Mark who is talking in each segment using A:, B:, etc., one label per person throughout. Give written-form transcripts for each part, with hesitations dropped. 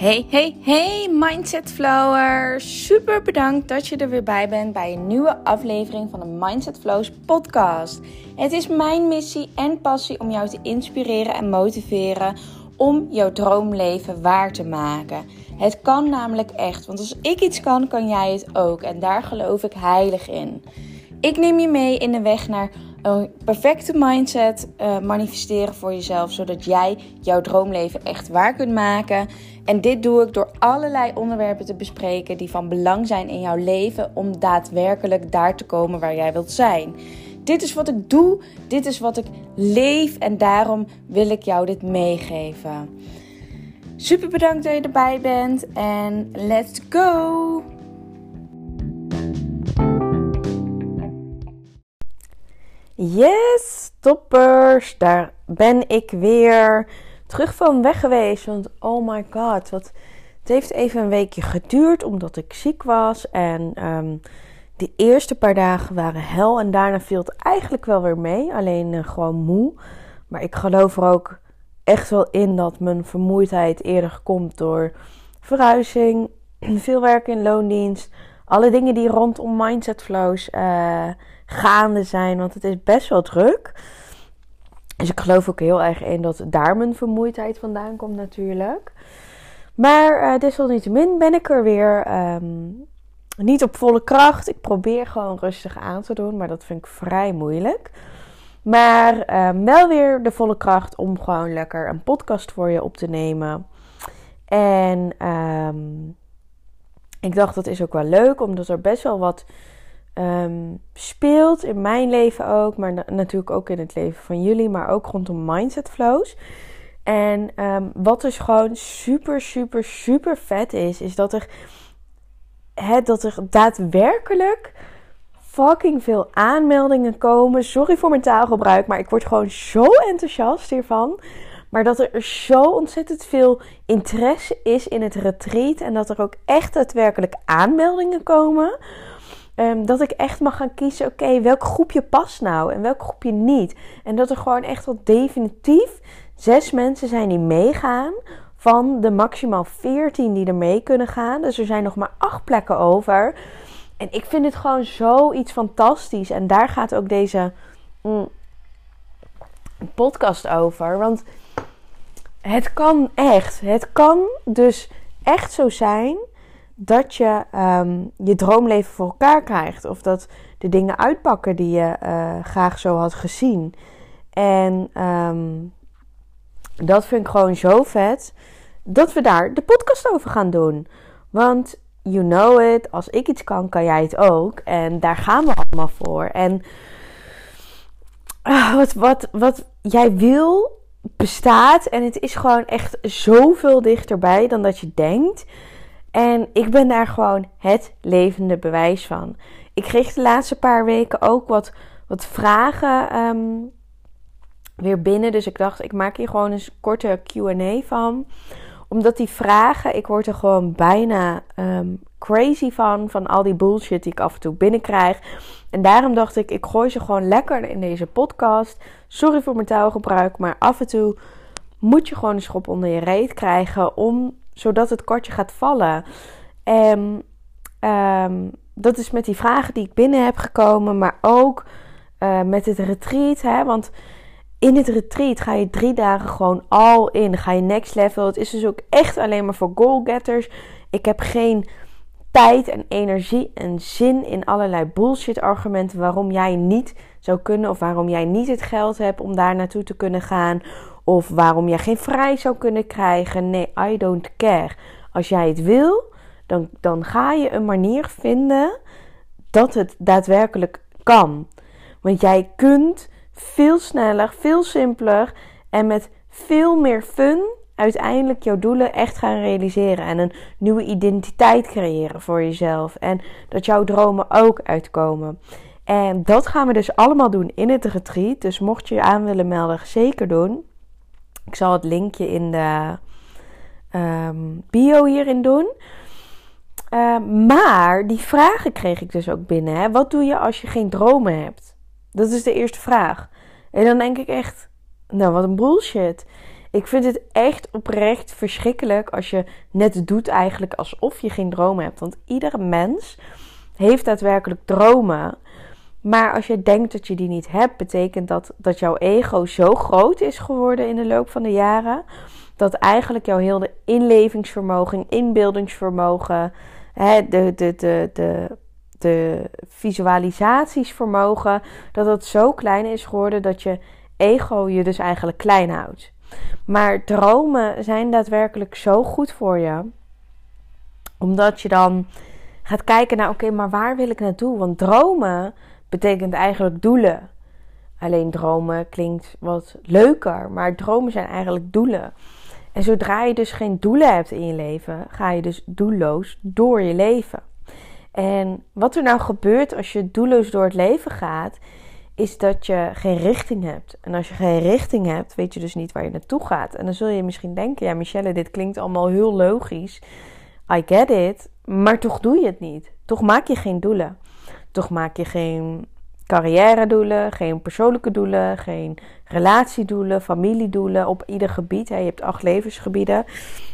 A: Hey Mindset Flowers! Super bedankt dat je er weer bij bent bij een nieuwe aflevering van de Mindset Flows podcast. Het is mijn missie en passie om jou te inspireren en motiveren om jouw droomleven waar te maken. Het kan namelijk echt, want als ik iets kan, kan jij het ook. En daar geloof ik heilig in. Ik neem je mee in de weg naar een perfecte mindset manifesteren voor jezelf, zodat jij jouw droomleven echt waar kunt maken. En dit doe ik door allerlei onderwerpen te bespreken die van belang zijn in jouw leven om daadwerkelijk daar te komen waar jij wilt zijn. Dit is wat ik doe, dit is wat ik leef en daarom wil ik jou dit meegeven. Super bedankt dat je erbij bent en let's go! Yes, toppers, daar ben ik weer terug van weg geweest. Want oh my god, het heeft even een weekje geduurd omdat ik ziek was. En de eerste paar dagen waren hel en daarna viel het eigenlijk wel weer mee. Alleen gewoon moe. Maar ik geloof er ook echt wel in dat mijn vermoeidheid eerder komt door verhuizing, veel werk in loondienst. Alle dingen die rondom Mindset Flows gaande zijn, want het is best wel druk. Dus ik geloof ook heel erg in dat daar mijn vermoeidheid vandaan komt natuurlijk. Maar desalniettemin ben ik er weer niet op volle kracht. Ik probeer gewoon rustig aan te doen, maar dat vind ik vrij moeilijk. Maar wel weer de volle kracht om gewoon lekker een podcast voor je op te nemen. En ik dacht dat is ook wel leuk, omdat er best wel wat speelt in mijn leven ook, maar natuurlijk ook in het leven van jullie, maar ook rondom Mindset Flows. En wat dus gewoon super vet is dat er daadwerkelijk fucking veel aanmeldingen komen. Sorry voor mijn taalgebruik, maar ik word gewoon zo enthousiast hiervan. Maar dat er zo ontzettend veel interesse is in het retreat en dat er ook echt daadwerkelijk aanmeldingen komen. Dat ik echt mag gaan kiezen, oké, welk groepje past nou en welk groepje niet. En dat er gewoon echt wel definitief 6 mensen zijn die meegaan van de maximaal 14 die er mee kunnen gaan. Dus er zijn nog maar 8 plekken over. En ik vind het gewoon zoiets fantastisch. En daar gaat ook deze podcast over. Want het kan echt. Het kan dus echt zo zijn dat je je droomleven voor elkaar krijgt. Of dat de dingen uitpakken die je graag zo had gezien. En dat vind ik gewoon zo vet. Dat we daar de podcast over gaan doen. Want you know it. Als ik iets kan, kan jij het ook. En daar gaan we allemaal voor. En wat jij wil bestaat. En het is gewoon echt zoveel dichterbij dan dat je denkt. En ik ben daar gewoon het levende bewijs van. Ik kreeg de laatste paar weken ook wat vragen weer binnen. Dus ik dacht, ik maak hier gewoon een korte Q&A van. Omdat die vragen, ik word er gewoon bijna crazy van al die bullshit die ik af en toe binnenkrijg. En daarom dacht ik gooi ze gewoon lekker in deze podcast. Sorry voor mijn taalgebruik, maar af en toe moet je gewoon een schop onder je reet krijgen zodat het kwartje gaat vallen. En dat is met die vragen die ik binnen heb gekomen. Maar ook met het retreat. Hè? Want in het retreat ga je 3 dagen gewoon all in. Ga je next level. Het is dus ook echt alleen maar voor goalgetters. Ik heb geen tijd en energie en zin in allerlei bullshit argumenten waarom jij niet zou kunnen. Of waarom jij niet het geld hebt om daar naartoe te kunnen gaan. Of waarom jij geen vrij zou kunnen krijgen. Nee, I don't care. Als jij het wil, dan ga je een manier vinden dat het daadwerkelijk kan. Want jij kunt veel sneller, veel simpeler en met veel meer fun uiteindelijk jouw doelen echt gaan realiseren. En een nieuwe identiteit creëren voor jezelf. En dat jouw dromen ook uitkomen. En dat gaan we dus allemaal doen in het retreat. Dus mocht je je aan willen melden, zeker doen. Ik zal het linkje in de bio hierin doen. Maar die vragen kreeg ik dus ook binnen. Hè? Wat doe je als je geen dromen hebt? Dat is de eerste vraag. En dan denk ik echt, nou wat een bullshit. Ik vind het echt oprecht verschrikkelijk als je net doet eigenlijk alsof je geen dromen hebt. Want iedere mens heeft daadwerkelijk dromen. Maar als je denkt dat je die niet hebt, betekent dat jouw ego zo groot is geworden in de loop van de jaren. Dat eigenlijk jouw hele inlevingsvermogen, inbeeldingsvermogen, de visualisatiesvermogen, dat het zo klein is geworden dat je ego je dus eigenlijk klein houdt. Maar dromen zijn daadwerkelijk zo goed voor je. Omdat je dan gaat kijken naar, oké, maar waar wil ik naartoe? Want dromen betekent eigenlijk doelen. Alleen dromen klinkt wat leuker, maar dromen zijn eigenlijk doelen. En zodra je dus geen doelen hebt in je leven, ga je dus doelloos door je leven. En wat er nou gebeurt als je doelloos door het leven gaat, is dat je geen richting hebt. En als je geen richting hebt, weet je dus niet waar je naartoe gaat. En dan zul je misschien denken, ja Michelle, dit klinkt allemaal heel logisch. I get it, maar toch doe je het niet. Toch maak je geen doelen. Toch maak je geen carrière-doelen, geen persoonlijke doelen, geen relatiedoelen, familiedoelen op ieder gebied. Je hebt 8 levensgebieden.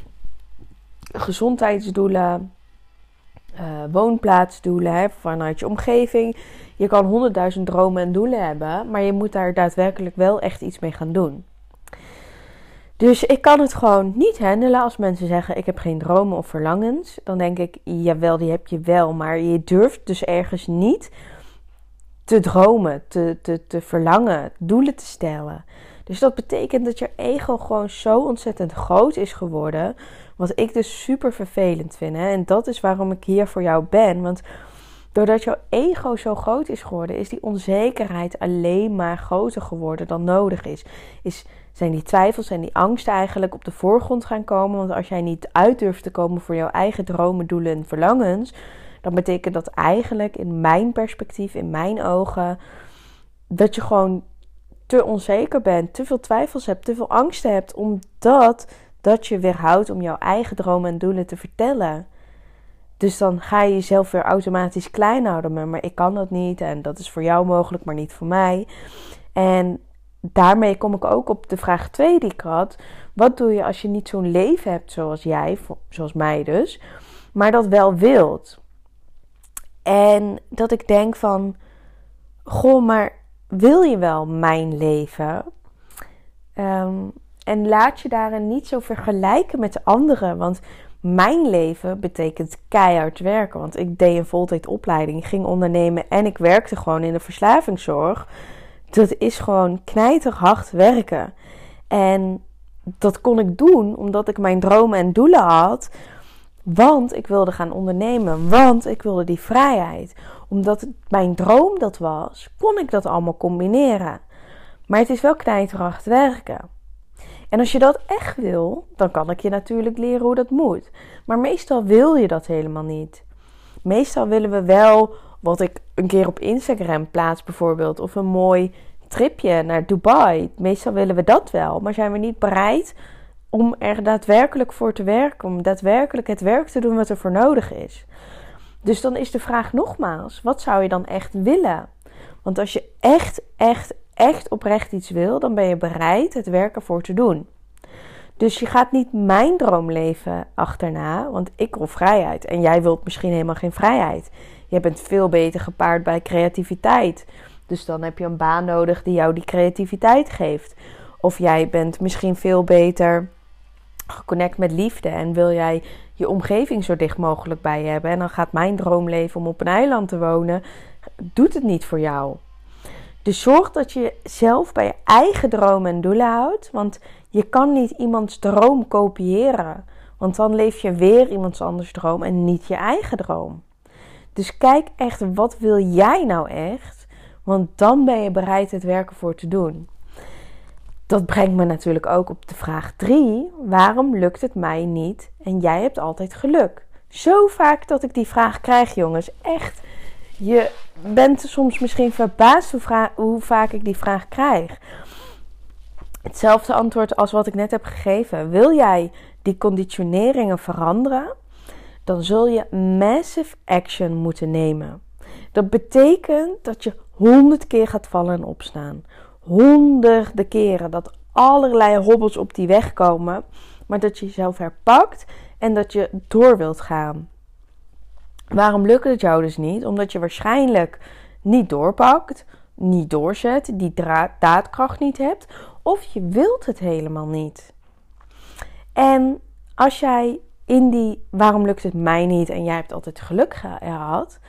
A: Gezondheidsdoelen, woonplaatsdoelen vanuit je omgeving. Je kan 100.000 dromen en doelen hebben, maar je moet daar daadwerkelijk wel echt iets mee gaan doen. Dus ik kan het gewoon niet handelen als mensen zeggen, ik heb geen dromen of verlangens. Dan denk ik, jawel, die heb je wel, maar je durft dus ergens niet te dromen, te verlangen, doelen te stellen. Dus dat betekent dat je ego gewoon zo ontzettend groot is geworden. Wat ik dus super vervelend vind. En dat is waarom ik hier voor jou ben. Want doordat jouw ego zo groot is geworden, is die onzekerheid alleen maar groter geworden dan nodig is. Zijn die twijfels, zijn die angsten eigenlijk op de voorgrond gaan komen. Want als jij niet uit durft te komen voor jouw eigen dromen, doelen en verlangens, dan betekent dat eigenlijk in mijn perspectief, in mijn ogen, dat je gewoon te onzeker bent, te veel twijfels hebt, te veel angsten hebt, omdat dat je weerhoudt om jouw eigen dromen en doelen te vertellen. Dus dan ga je jezelf weer automatisch klein houden. Maar ik kan dat niet en dat is voor jou mogelijk, maar niet voor mij. En daarmee kom ik ook op de vraag 2 die ik had. Wat doe je als je niet zo'n leven hebt zoals jij, zoals mij dus, maar dat wel wilt? En dat ik denk van, goh, maar wil je wel mijn leven? En laat je daarin niet zo vergelijken met de anderen. Want mijn leven betekent keihard werken. Want ik deed een voltijdopleiding, ging ondernemen en ik werkte gewoon in de verslavingszorg. Dat is gewoon knijterhard werken. En dat kon ik doen omdat ik mijn dromen en doelen had. Want ik wilde gaan ondernemen. Want ik wilde die vrijheid. Omdat het mijn droom dat was, kon ik dat allemaal combineren. Maar het is wel knijterhard werken. En als je dat echt wil, dan kan ik je natuurlijk leren hoe dat moet. Maar meestal wil je dat helemaal niet. Meestal willen we wel wat ik een keer op Instagram plaats bijvoorbeeld. Of een mooi tripje naar Dubai. Meestal willen we dat wel. Maar zijn we niet bereid om er daadwerkelijk voor te werken. Om daadwerkelijk het werk te doen wat er voor nodig is. Dus dan is de vraag nogmaals, wat zou je dan echt willen? Want als je echt oprecht iets wil, dan ben je bereid het werk ervoor te doen. Dus je gaat niet mijn droomleven achterna, want ik wil vrijheid. En jij wilt misschien helemaal geen vrijheid. Je bent veel beter gepaard bij creativiteit. Dus dan heb je een baan nodig die jou die creativiteit geeft. Of jij bent misschien veel beter geconnect met liefde en wil jij je omgeving zo dicht mogelijk bij je hebben. En dan gaat mijn droomleven om op een eiland te wonen, doet het niet voor jou. Dus zorg dat je zelf bij je eigen dromen en doelen houdt. Want je kan niet iemands droom kopiëren. Want dan leef je weer iemands anders droom en niet je eigen droom. Dus kijk echt, wat wil jij nou echt? Want dan ben je bereid het werk ervoor te doen. Dat brengt me natuurlijk ook op de vraag 3. Waarom lukt het mij niet en jij hebt altijd geluk? Zo vaak dat ik die vraag krijg, jongens. Echt. Je bent soms misschien verbaasd hoe vaak ik die vraag krijg. Hetzelfde antwoord als wat ik net heb gegeven. Wil jij die conditioneringen veranderen? Dan zul je massive action moeten nemen. Dat betekent dat je 100 keer gaat vallen en opstaan. Honderden keren. Dat allerlei hobbels op die weg komen. Maar dat je jezelf herpakt en dat je door wilt gaan. Waarom lukt het jou dus niet? Omdat je waarschijnlijk niet doorpakt, niet doorzet, die daadkracht niet hebt. Of je wilt het helemaal niet. En als jij in die waarom lukt het mij niet en jij hebt altijd geluk gehad.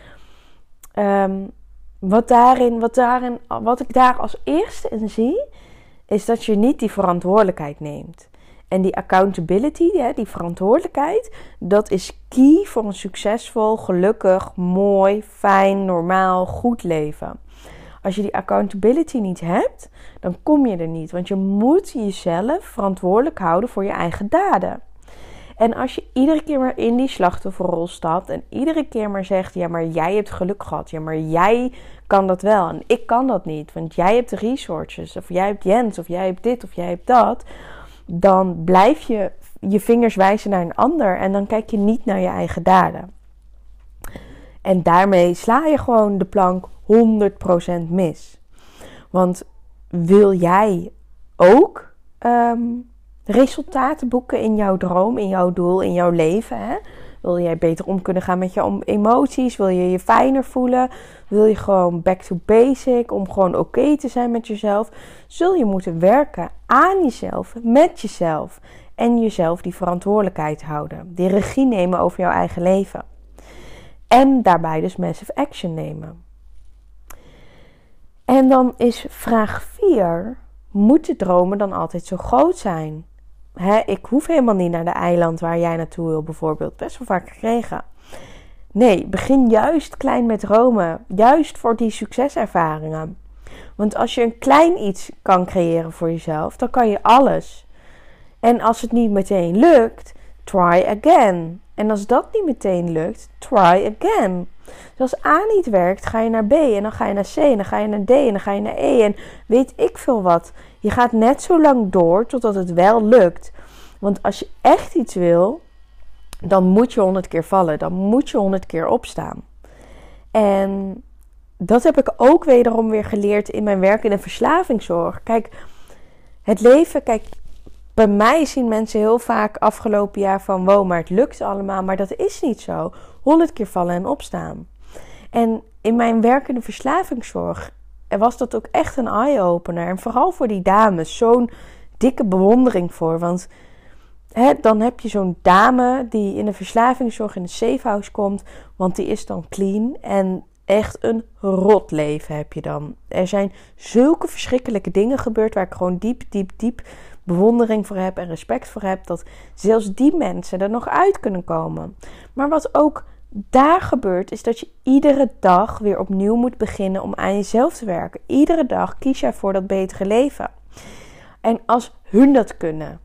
A: Wat ik daar als eerste in zie, is dat je niet die verantwoordelijkheid neemt. En die accountability, die verantwoordelijkheid, dat is key voor een succesvol, gelukkig, mooi, fijn, normaal, goed leven. Als je die accountability niet hebt, dan kom je er niet. Want je moet jezelf verantwoordelijk houden voor je eigen daden. En als je iedere keer maar in die slachtofferrol stapt en iedere keer maar zegt, ja, maar jij hebt geluk gehad. Ja, maar jij kan dat wel en ik kan dat niet. Want jij hebt de resources, of jij hebt Jens, of jij hebt dit, of jij hebt dat. Dan blijf je je vingers wijzen naar een ander en dan kijk je niet naar je eigen daden. En daarmee sla je gewoon de plank 100% mis. Want wil jij ook resultaten boeken in jouw droom, in jouw doel, in jouw leven? Hè? Wil jij beter om kunnen gaan met je emoties? Wil je je fijner voelen? Wil je gewoon back to basic om gewoon oké te zijn met jezelf? Zul je moeten werken aan jezelf, met jezelf. En jezelf die verantwoordelijkheid houden. Die regie nemen over jouw eigen leven. En daarbij dus massive action nemen. En dan is vraag 4. Moeten dromen dan altijd zo groot zijn? Ik hoef helemaal niet naar de eiland waar jij naartoe wil bijvoorbeeld. Best wel vaak gekregen. Nee, begin juist klein met dromen. Juist voor die succeservaringen. Want als je een klein iets kan creëren voor jezelf, dan kan je alles. En als het niet meteen lukt, try again. En als dat niet meteen lukt, try again. Dus als A niet werkt, ga je naar B en dan ga je naar C en dan ga je naar D en dan ga je naar E en weet ik veel wat. Je gaat net zo lang door totdat het wel lukt. Want als je echt iets wil, dan moet je 100 keer vallen. Dan moet je 100 keer opstaan. En dat heb ik ook wederom weer geleerd in mijn werk in de verslavingszorg. Kijk, het leven, bij mij zien mensen heel vaak afgelopen jaar van wow, maar het lukt allemaal. Maar dat is niet zo. 100 keer vallen en opstaan. En in mijn werk in de verslavingszorg was dat ook echt een eye-opener. En vooral voor die dames zo'n dikke bewondering voor. Want dan heb je zo'n dame die in de verslavingszorg in de safe house komt. Want die is dan clean. En echt een rot leven heb je dan. Er zijn zulke verschrikkelijke dingen gebeurd waar ik gewoon diep bewondering voor heb en respect voor heb. Dat zelfs die mensen er nog uit kunnen komen. Maar wat ook daar gebeurt is dat je iedere dag weer opnieuw moet beginnen om aan jezelf te werken. Iedere dag kies jij voor dat betere leven. En als hun dat kunnen,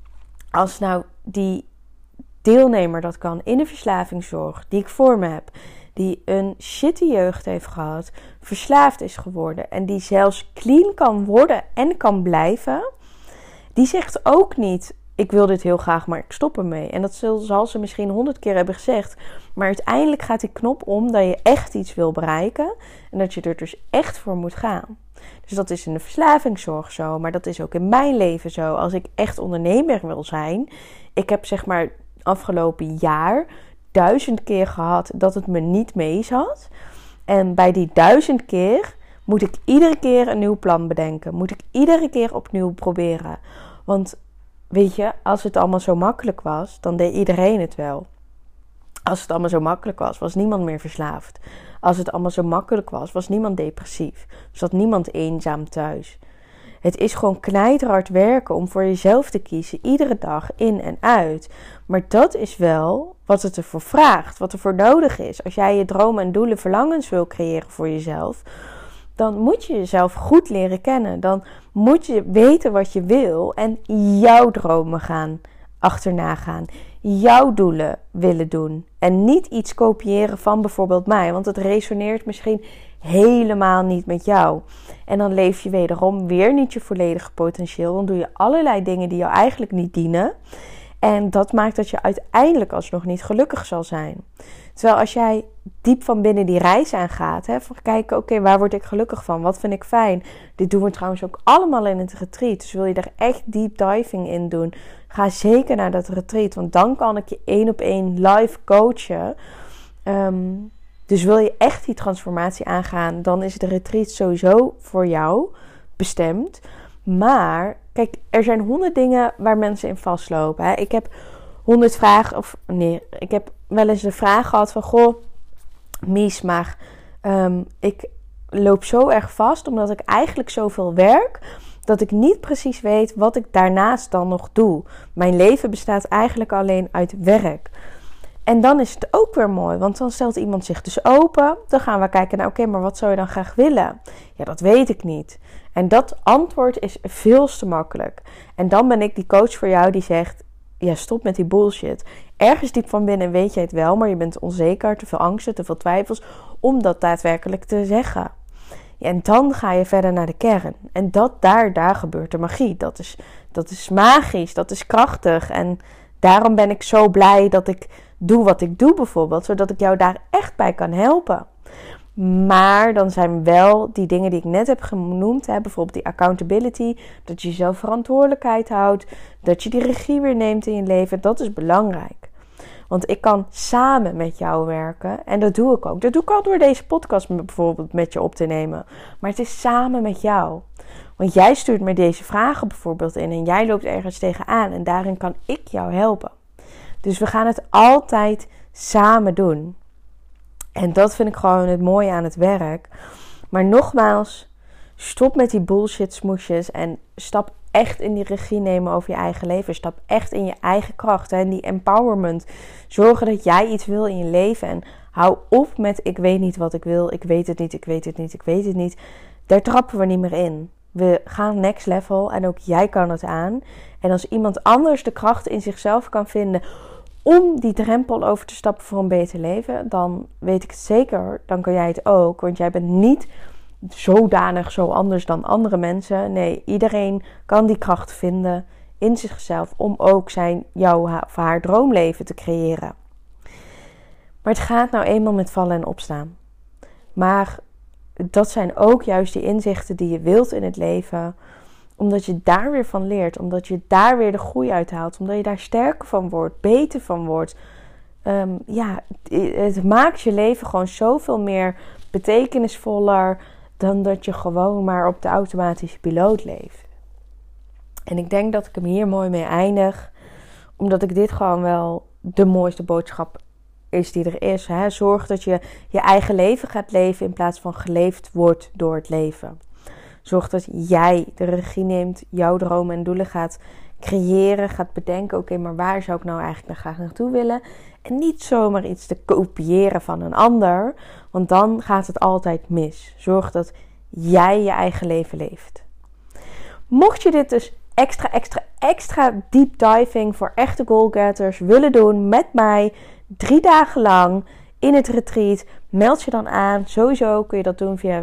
A: als nou die deelnemer dat kan in de verslavingszorg die ik voor me heb, die een shitty jeugd heeft gehad, verslaafd is geworden en die zelfs clean kan worden en kan blijven, die zegt ook niet, ik wil dit heel graag, maar ik stop ermee. En dat zal ze misschien 100 keer hebben gezegd. Maar uiteindelijk gaat die knop om dat je echt iets wil bereiken. En dat je er dus echt voor moet gaan. Dus dat is in de verslavingszorg zo. Maar dat is ook in mijn leven zo. Als ik echt ondernemer wil zijn. Ik heb zeg maar afgelopen jaar 1000 keer gehad dat het me niet mee zat. En bij die 1000 keer moet ik iedere keer een nieuw plan bedenken. Moet ik iedere keer opnieuw proberen. Want weet je, als het allemaal zo makkelijk was, dan deed iedereen het wel. Als het allemaal zo makkelijk was, was niemand meer verslaafd. Als het allemaal zo makkelijk was, was niemand depressief. Zat niemand eenzaam thuis. Het is gewoon knijterhard werken om voor jezelf te kiezen, iedere dag in en uit. Maar dat is wel wat het ervoor vraagt, wat er voor nodig is. Als jij je dromen en doelen, verlangens wil creëren voor jezelf, dan moet je jezelf goed leren kennen. Dan moet je weten wat je wil en jouw dromen achterna gaan. Jouw doelen willen doen. En niet iets kopiëren van bijvoorbeeld mij. Want het resoneert misschien helemaal niet met jou. En dan leef je wederom weer niet je volledige potentieel. Dan doe je allerlei dingen die jou eigenlijk niet dienen. En dat maakt dat je uiteindelijk alsnog niet gelukkig zal zijn. Terwijl als jij diep van binnen die reis aangaat, van kijken, oké, waar word ik gelukkig van? Wat vind ik fijn? Dit doen we trouwens ook allemaal in het retreat. Dus wil je er echt deep diving in doen, ga zeker naar dat retreat. Want dan kan ik je 1-op-1 live coachen. Dus wil je echt die transformatie aangaan, dan is de retreat sowieso voor jou bestemd. Maar kijk, er zijn 100 dingen waar mensen in vastlopen. Ik heb 100 vragen, ik heb wel eens de vraag gehad van, goh, Mies, maar ik loop zo erg vast omdat ik eigenlijk zoveel werk, dat ik niet precies weet wat ik daarnaast dan nog doe. Mijn leven bestaat eigenlijk alleen uit werk. En dan is het ook weer mooi, want dan stelt iemand zich dus open. Dan gaan we kijken naar, oké, maar wat zou je dan graag willen? Ja, dat weet ik niet. En dat antwoord is veel te makkelijk. En dan ben ik die coach voor jou die zegt, ja, stop met die bullshit. Ergens diep van binnen weet je het wel, maar je bent onzeker, te veel angsten, te veel twijfels, om dat daadwerkelijk te zeggen. Ja, en dan ga je verder naar de kern. En daar gebeurt de magie. Dat is magisch, dat is krachtig. En daarom ben ik zo blij dat ik doe wat ik doe bijvoorbeeld, zodat ik jou daar echt bij kan helpen. Maar dan zijn wel die dingen die ik net heb genoemd, bijvoorbeeld die accountability, dat je jezelf verantwoordelijkheid houdt, dat je die regie weer neemt in je leven, dat is belangrijk. Want ik kan samen met jou werken en dat doe ik ook. Dat doe ik al door deze podcast bijvoorbeeld met je op te nemen. Maar het is samen met jou. Want jij stuurt me deze vragen bijvoorbeeld in en jij loopt ergens tegenaan en daarin kan ik jou helpen. Dus we gaan het altijd samen doen. En dat vind ik gewoon het mooie aan het werk. Maar nogmaals, stop met die bullshit smoesjes en stap echt in die regie nemen over je eigen leven. Stap echt in je eigen kracht en die empowerment. Zorgen dat jij iets wil in je leven en hou op met ik weet niet wat ik wil, ik weet het niet, ik weet het niet, ik weet het niet. Daar trappen we niet meer in. We gaan next level en ook jij kan het aan. En als iemand anders de kracht in zichzelf kan vinden om die drempel over te stappen voor een beter leven, dan weet ik het zeker, dan kan jij het ook. Want jij bent niet zodanig zo anders dan andere mensen. Nee, iedereen kan die kracht vinden in zichzelf om ook jouw of haar droomleven te creëren. Maar het gaat nou eenmaal met vallen en opstaan. Maar dat zijn ook juist die inzichten die je wilt in het leven, omdat je daar weer van leert, omdat je daar weer de groei uithaalt, omdat je daar sterker van wordt, beter van wordt. Het maakt je leven gewoon zoveel meer betekenisvoller dan dat je gewoon maar op de automatische piloot leeft. En ik denk dat ik hem hier mooi mee eindig, omdat ik dit gewoon wel de mooiste boodschap is die er is. Zorg dat je je eigen leven gaat leven in plaats van geleefd wordt door het leven. Zorg dat jij de regie neemt, jouw dromen en doelen gaat creëren, gaat bedenken, oké, maar waar zou ik nou eigenlijk graag naartoe willen? En niet zomaar iets te kopiëren van een ander, want dan gaat het altijd mis. Zorg dat jij je eigen leven leeft. Mocht je dit dus extra deep diving voor echte goalgetters willen doen met mij 3 dagen lang in het retreat, meld je dan aan. Sowieso kun je dat doen via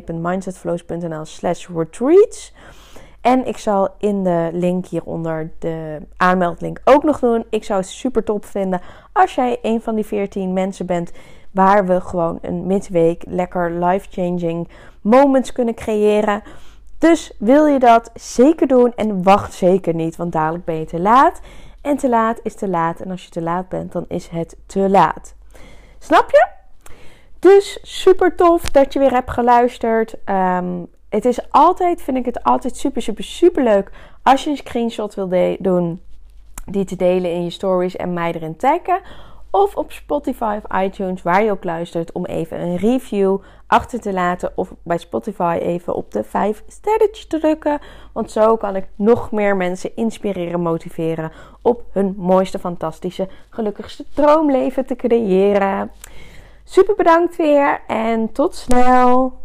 A: www.mindsetflows.nl/retreats. En ik zal in de link hieronder de aanmeldlink ook nog doen. Ik zou het super top vinden als jij een van die 14 mensen bent waar we gewoon een midweek lekker life-changing moments kunnen creëren. Dus wil je dat zeker doen en wacht zeker niet, want dadelijk ben je te laat. En te laat is te laat. En als je te laat bent, dan is het te laat. Snap je? Dus super tof dat je weer hebt geluisterd. Het is altijd, vind ik het altijd super leuk als je een screenshot wil doen, die te delen in je stories en mij erin taggen. Of op Spotify of iTunes, waar je ook luistert, om even een review achter te laten. Of bij Spotify even op de 5 sterretjes te drukken. Want zo kan ik nog meer mensen inspireren, motiveren op hun mooiste, fantastische, gelukkigste droomleven te creëren. Super bedankt weer en tot snel!